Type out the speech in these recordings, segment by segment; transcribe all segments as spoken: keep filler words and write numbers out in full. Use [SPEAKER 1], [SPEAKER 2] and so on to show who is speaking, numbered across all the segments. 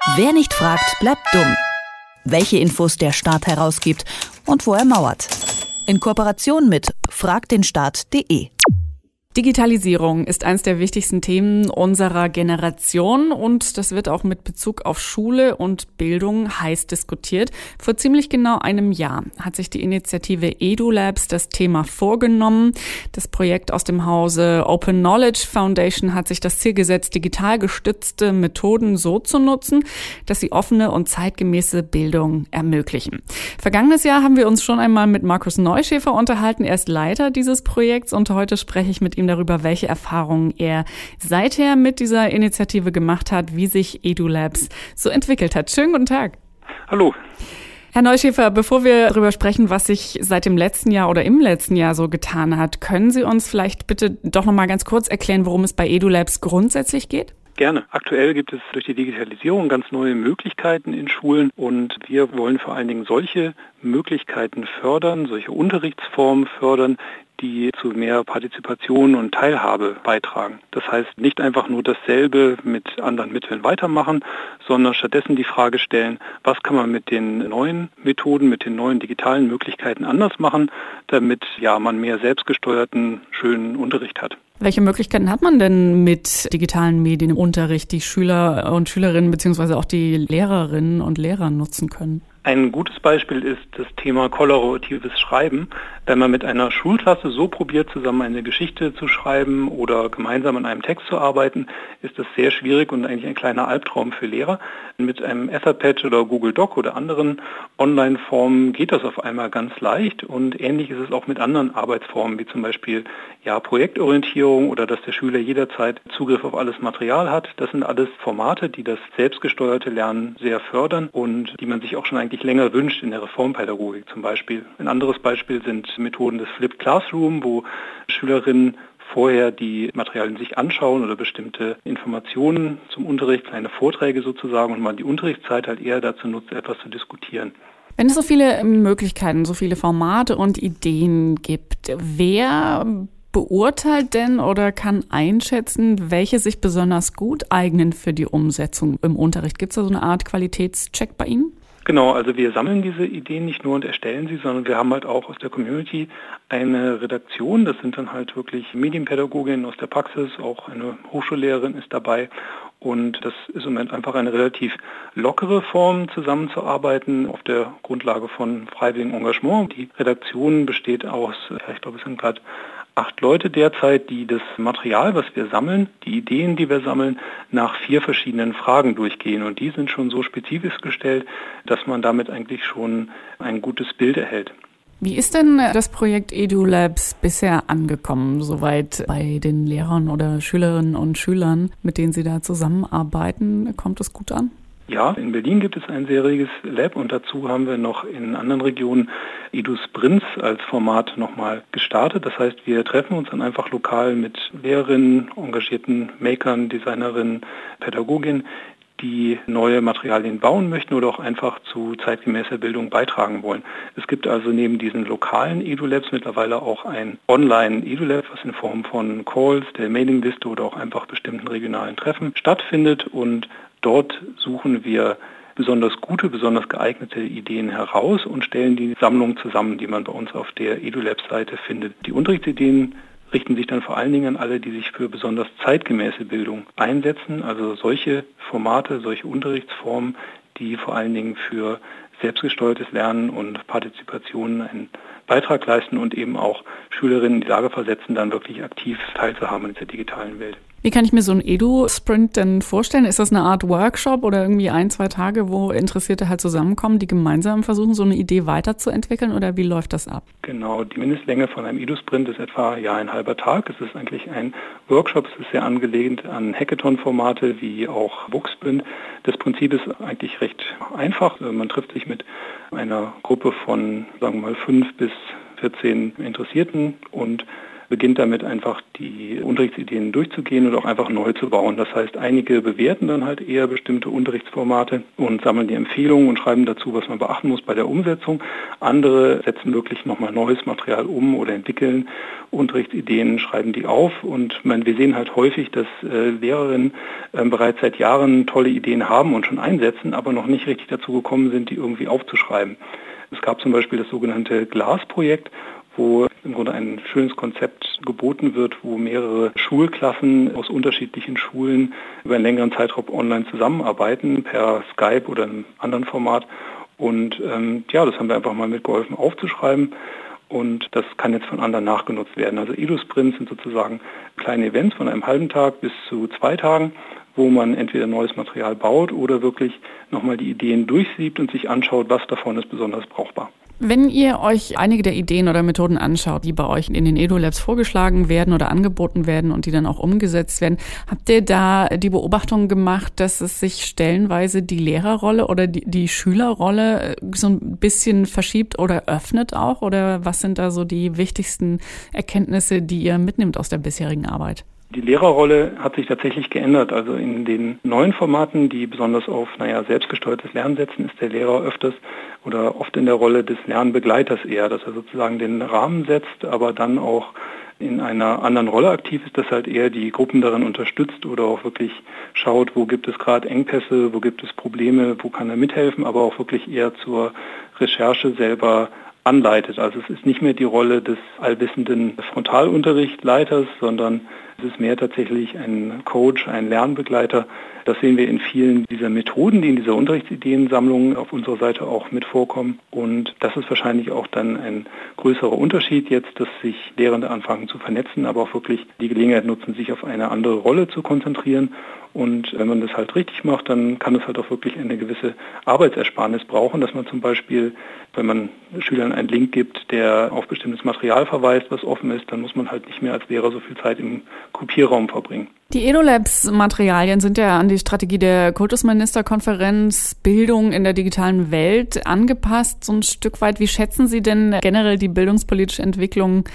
[SPEAKER 1] Wer nicht fragt, bleibt dumm. Welche Infos der Staat herausgibt und wo er mauert. In Kooperation mit frag den staat punkt de.
[SPEAKER 2] Digitalisierung ist eines der wichtigsten Themen unserer Generation und das wird auch mit Bezug auf Schule und Bildung heiß diskutiert. Vor ziemlich genau einem Jahr hat sich die Initiative EduLabs das Thema vorgenommen. Das Projekt aus dem Hause Open Knowledge Foundation hat sich das Ziel gesetzt, digital gestützte Methoden so zu nutzen, dass sie offene und zeitgemäße Bildung ermöglichen. Vergangenes Jahr haben wir uns schon einmal mit Markus Neuschäfer unterhalten. Er ist Leiter dieses Projekts und heute spreche ich mit ihm darüber, welche Erfahrungen er seither mit dieser Initiative gemacht hat, wie sich EduLabs so entwickelt hat. Schönen guten Tag.
[SPEAKER 3] Hallo.
[SPEAKER 2] Herr Neuschäfer, bevor wir darüber sprechen, was sich seit dem letzten Jahr oder im letzten Jahr so getan hat, können Sie uns vielleicht bitte doch noch mal ganz kurz erklären, worum es bei EduLabs grundsätzlich geht?
[SPEAKER 3] Gerne. Aktuell gibt es durch die Digitalisierung ganz neue Möglichkeiten in Schulen und wir wollen vor allen Dingen solche Möglichkeiten fördern, solche Unterrichtsformen fördern, die zu mehr Partizipation und Teilhabe beitragen. Das heißt, nicht einfach nur dasselbe mit anderen Mitteln weitermachen, sondern stattdessen die Frage stellen, was kann man mit den neuen Methoden, mit den neuen digitalen Möglichkeiten anders machen, damit ja man mehr selbstgesteuerten, schönen Unterricht hat.
[SPEAKER 2] Welche Möglichkeiten hat man denn mit digitalen Medien im Unterricht, die Schüler und Schülerinnen bzw. auch die Lehrerinnen und Lehrer nutzen können?
[SPEAKER 3] Ein gutes Beispiel ist das Thema kollaboratives Schreiben. Wenn man mit einer Schulklasse so probiert, zusammen eine Geschichte zu schreiben oder gemeinsam an einem Text zu arbeiten, ist das sehr schwierig und eigentlich ein kleiner Albtraum für Lehrer. Mit einem Etherpad oder Google Doc oder anderen Online-Formen geht das auf einmal ganz leicht und ähnlich ist es auch mit anderen Arbeitsformen, wie zum Beispiel ja, Projektorientierung oder dass der Schüler jederzeit Zugriff auf alles Material hat. Das sind alles Formate, die das selbstgesteuerte Lernen sehr fördern und die man sich auch schon eigentlich länger wünscht in der Reformpädagogik zum Beispiel. Ein anderes Beispiel sind Methoden des Flipped Classroom, wo Schülerinnen vorher die Materialien sich anschauen oder bestimmte Informationen zum Unterricht, kleine Vorträge sozusagen und man die Unterrichtszeit halt eher dazu nutzt, etwas zu diskutieren.
[SPEAKER 2] Wenn es so viele Möglichkeiten, so viele Formate und Ideen gibt, wer beurteilt denn oder kann einschätzen, welche sich besonders gut eignen für die Umsetzung im Unterricht? Gibt es da so eine Art Qualitätscheck bei Ihnen?
[SPEAKER 3] Genau, also wir sammeln diese Ideen nicht nur und erstellen sie, sondern wir haben halt auch aus der Community eine Redaktion. Das sind dann halt wirklich Medienpädagoginnen aus der Praxis, auch eine Hochschullehrerin ist dabei. Und das ist im Moment einfach eine relativ lockere Form, zusammenzuarbeiten auf der Grundlage von freiwilligem Engagement. Die Redaktion besteht aus, ich glaube, es sind gerade acht Leute derzeit, die das Material, was wir sammeln, die Ideen, die wir sammeln, nach vier verschiedenen Fragen durchgehen. Und die sind schon so spezifisch gestellt, dass man damit eigentlich schon ein gutes Bild erhält.
[SPEAKER 2] Wie ist denn das Projekt EduLabs bisher angekommen, soweit bei den Lehrern oder Schülerinnen und Schülern, mit denen Sie da zusammenarbeiten? Kommt es gut an?
[SPEAKER 3] Ja, in Berlin gibt es ein sehr reges Lab und dazu haben wir noch in anderen Regionen EduSprints als Format nochmal gestartet. Das heißt, wir treffen uns dann einfach lokal mit Lehrerinnen, engagierten Makern, Designerinnen, Pädagoginnen, die neue Materialien bauen möchten oder auch einfach zu zeitgemäßer Bildung beitragen wollen. Es gibt also neben diesen lokalen EduLabs mittlerweile auch ein Online-EduLab, was in Form von Calls, der Mailingliste oder auch einfach bestimmten regionalen Treffen stattfindet und dort suchen wir besonders gute, besonders geeignete Ideen heraus und stellen die Sammlung zusammen, die man bei uns auf der EduLabs-Seite findet. Die Unterrichtsideen richten sich dann vor allen Dingen an alle, die sich für besonders zeitgemäße Bildung einsetzen, also solche Formate, solche Unterrichtsformen, die vor allen Dingen für selbstgesteuertes Lernen und Partizipation einen Beitrag leisten und eben auch Schülerinnen in die Lage versetzen, dann wirklich aktiv teilzuhaben in dieser digitalen Welt.
[SPEAKER 2] Wie kann ich mir so einen Edu-Sprint denn vorstellen? Ist das eine Art Workshop oder irgendwie ein, zwei Tage, wo Interessierte halt zusammenkommen, die gemeinsam versuchen, so eine Idee weiterzuentwickeln oder wie läuft das ab?
[SPEAKER 3] Genau, die Mindestlänge von einem Edu-Sprint ist etwa ja, ein halber Tag. Es ist eigentlich ein Workshop, es ist sehr angelehnt an Hackathon-Formate wie auch Book-Sprint. Das Prinzip ist eigentlich recht einfach. Man trifft sich mit einer Gruppe von, sagen wir mal, fünf bis vierzehn Interessierten und beginnt damit einfach die Unterrichtsideen durchzugehen und auch einfach neu zu bauen. Das heißt, einige bewerten dann halt eher bestimmte Unterrichtsformate und sammeln die Empfehlungen und schreiben dazu, was man beachten muss bei der Umsetzung. Andere setzen wirklich nochmal neues Material um oder entwickeln Unterrichtsideen, schreiben die auf. Und man, wir sehen halt häufig, dass äh, Lehrerinnen äh, bereits seit Jahren tolle Ideen haben und schon einsetzen, aber noch nicht richtig dazu gekommen sind, die irgendwie aufzuschreiben. Es gab zum Beispiel das sogenannte GLAS-Projekt, wo im Grunde ein schönes Konzept geboten wird, wo mehrere Schulklassen aus unterschiedlichen Schulen über einen längeren Zeitraum online zusammenarbeiten, per Skype oder einem anderen Format. Und ähm, ja, das haben wir einfach mal mitgeholfen aufzuschreiben. Und das kann jetzt von anderen nachgenutzt werden. Also EduSprints sind sozusagen kleine Events von einem halben Tag bis zu zwei Tagen, wo man entweder neues Material baut oder wirklich nochmal die Ideen durchsiebt und sich anschaut, was davon ist besonders brauchbar.
[SPEAKER 2] Wenn ihr euch einige der Ideen oder Methoden anschaut, die bei euch in den EduLabs vorgeschlagen werden oder angeboten werden und die dann auch umgesetzt werden, habt ihr da die Beobachtung gemacht, dass es sich stellenweise die Lehrerrolle oder die, die Schülerrolle so ein bisschen verschiebt oder öffnet auch? Oder was sind da so die wichtigsten Erkenntnisse, die ihr mitnehmt aus der bisherigen Arbeit?
[SPEAKER 3] Die Lehrerrolle hat sich tatsächlich geändert. Also in den neuen Formaten, die besonders auf naja, selbstgesteuertes Lernen setzen, ist der Lehrer öfters oder oft in der Rolle des Lernbegleiters eher, dass er sozusagen den Rahmen setzt, aber dann auch in einer anderen Rolle aktiv ist, dass halt eher die Gruppen darin unterstützt oder auch wirklich schaut, wo gibt es gerade Engpässe, wo gibt es Probleme, wo kann er mithelfen, aber auch wirklich eher zur Recherche selber anleitet. Also es ist nicht mehr die Rolle des allwissenden Frontalunterrichtleiters, sondern es ist mehr tatsächlich ein Coach, ein Lernbegleiter. Das sehen wir in vielen dieser Methoden, die in dieser Unterrichtsideensammlung auf unserer Seite auch mit vorkommen. Und das ist wahrscheinlich auch dann ein größerer Unterschied jetzt, dass sich Lehrende anfangen zu vernetzen, aber auch wirklich die Gelegenheit nutzen, sich auf eine andere Rolle zu konzentrieren. Und wenn man das halt richtig macht, dann kann es halt auch wirklich eine gewisse Arbeitsersparnis brauchen, dass man zum Beispiel, wenn man Schülern einen Link gibt, der auf bestimmtes Material verweist, was offen ist, dann muss man halt nicht mehr als Lehrer so viel Zeit im Kopierraum verbringen.
[SPEAKER 2] Die EduLabs-Materialien sind ja an die Strategie der Kultusministerkonferenz Bildung in der digitalen Welt angepasst, so ein Stück weit. Wie schätzen Sie denn generell die bildungspolitische Entwicklung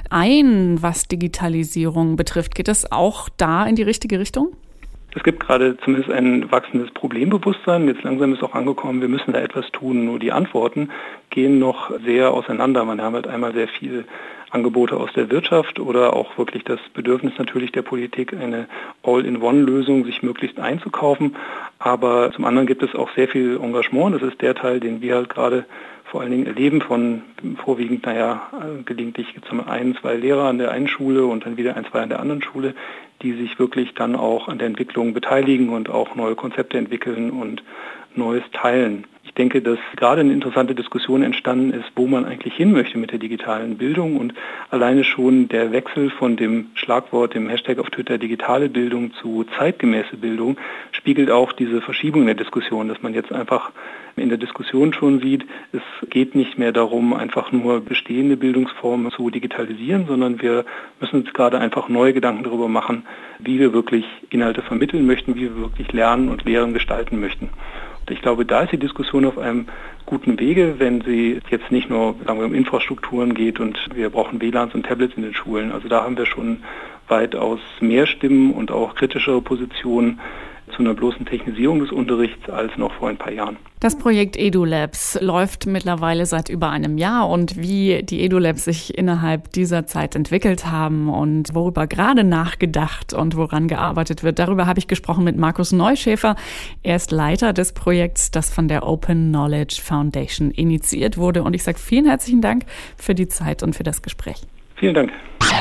[SPEAKER 2] ein, was Digitalisierung betrifft? Geht das auch da in die richtige Richtung?
[SPEAKER 3] Es gibt gerade zumindest ein wachsendes Problembewusstsein. Jetzt langsam ist auch angekommen, wir müssen da etwas tun. Nur die Antworten gehen noch sehr auseinander. Man hat halt einmal sehr viel Angebote aus der Wirtschaft oder auch wirklich das Bedürfnis natürlich der Politik, eine All-in-One-Lösung sich möglichst einzukaufen. Aber zum anderen gibt es auch sehr viel Engagement. Das ist der Teil, den wir halt gerade vor allen Dingen erleben von vorwiegend, naja, gelegentlich gibt es ein, zwei Lehrer an der einen Schule und dann wieder ein, zwei an der anderen Schule, die sich wirklich dann auch an der Entwicklung beteiligen und auch neue Konzepte entwickeln und Neues teilen. Ich denke, dass gerade eine interessante Diskussion entstanden ist, wo man eigentlich hin möchte mit der digitalen Bildung, und alleine schon der Wechsel von dem Schlagwort, dem Hashtag auf Twitter digitale Bildung zu zeitgemäße Bildung spiegelt auch diese Verschiebung in der Diskussion, dass man jetzt einfach in der Diskussion schon sieht, es geht nicht mehr darum, einfach nur bestehende Bildungsformen zu digitalisieren, sondern wir müssen uns gerade einfach neue Gedanken darüber machen, wie wir wirklich Inhalte vermitteln möchten, wie wir wirklich Lernen und Lehren gestalten möchten. Und ich glaube, da ist die Diskussion auf einem guten Wege, wenn sie jetzt nicht nur, sagen wir, um Infrastrukturen geht und wir brauchen W L A Ns und Tablets in den Schulen. Also da haben wir schon weitaus mehr Stimmen und auch kritischere Positionen zu einer bloßen Technisierung des Unterrichts als noch vor ein paar Jahren.
[SPEAKER 2] Das Projekt EduLabs läuft mittlerweile seit über einem Jahr, und wie die EduLabs sich innerhalb dieser Zeit entwickelt haben und worüber gerade nachgedacht und woran gearbeitet wird, darüber habe ich gesprochen mit Markus Neuschäfer. Er ist Leiter des Projekts, das von der Open Knowledge Foundation initiiert wurde, und ich sage vielen herzlichen Dank für die Zeit und für das Gespräch.
[SPEAKER 3] Vielen Dank.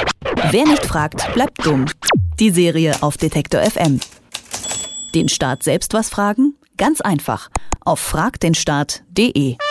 [SPEAKER 1] Wer nicht fragt, bleibt dumm. Die Serie auf Detektor F M. Den Staat selbst was fragen? Ganz einfach. Auf frag den staat punkt de.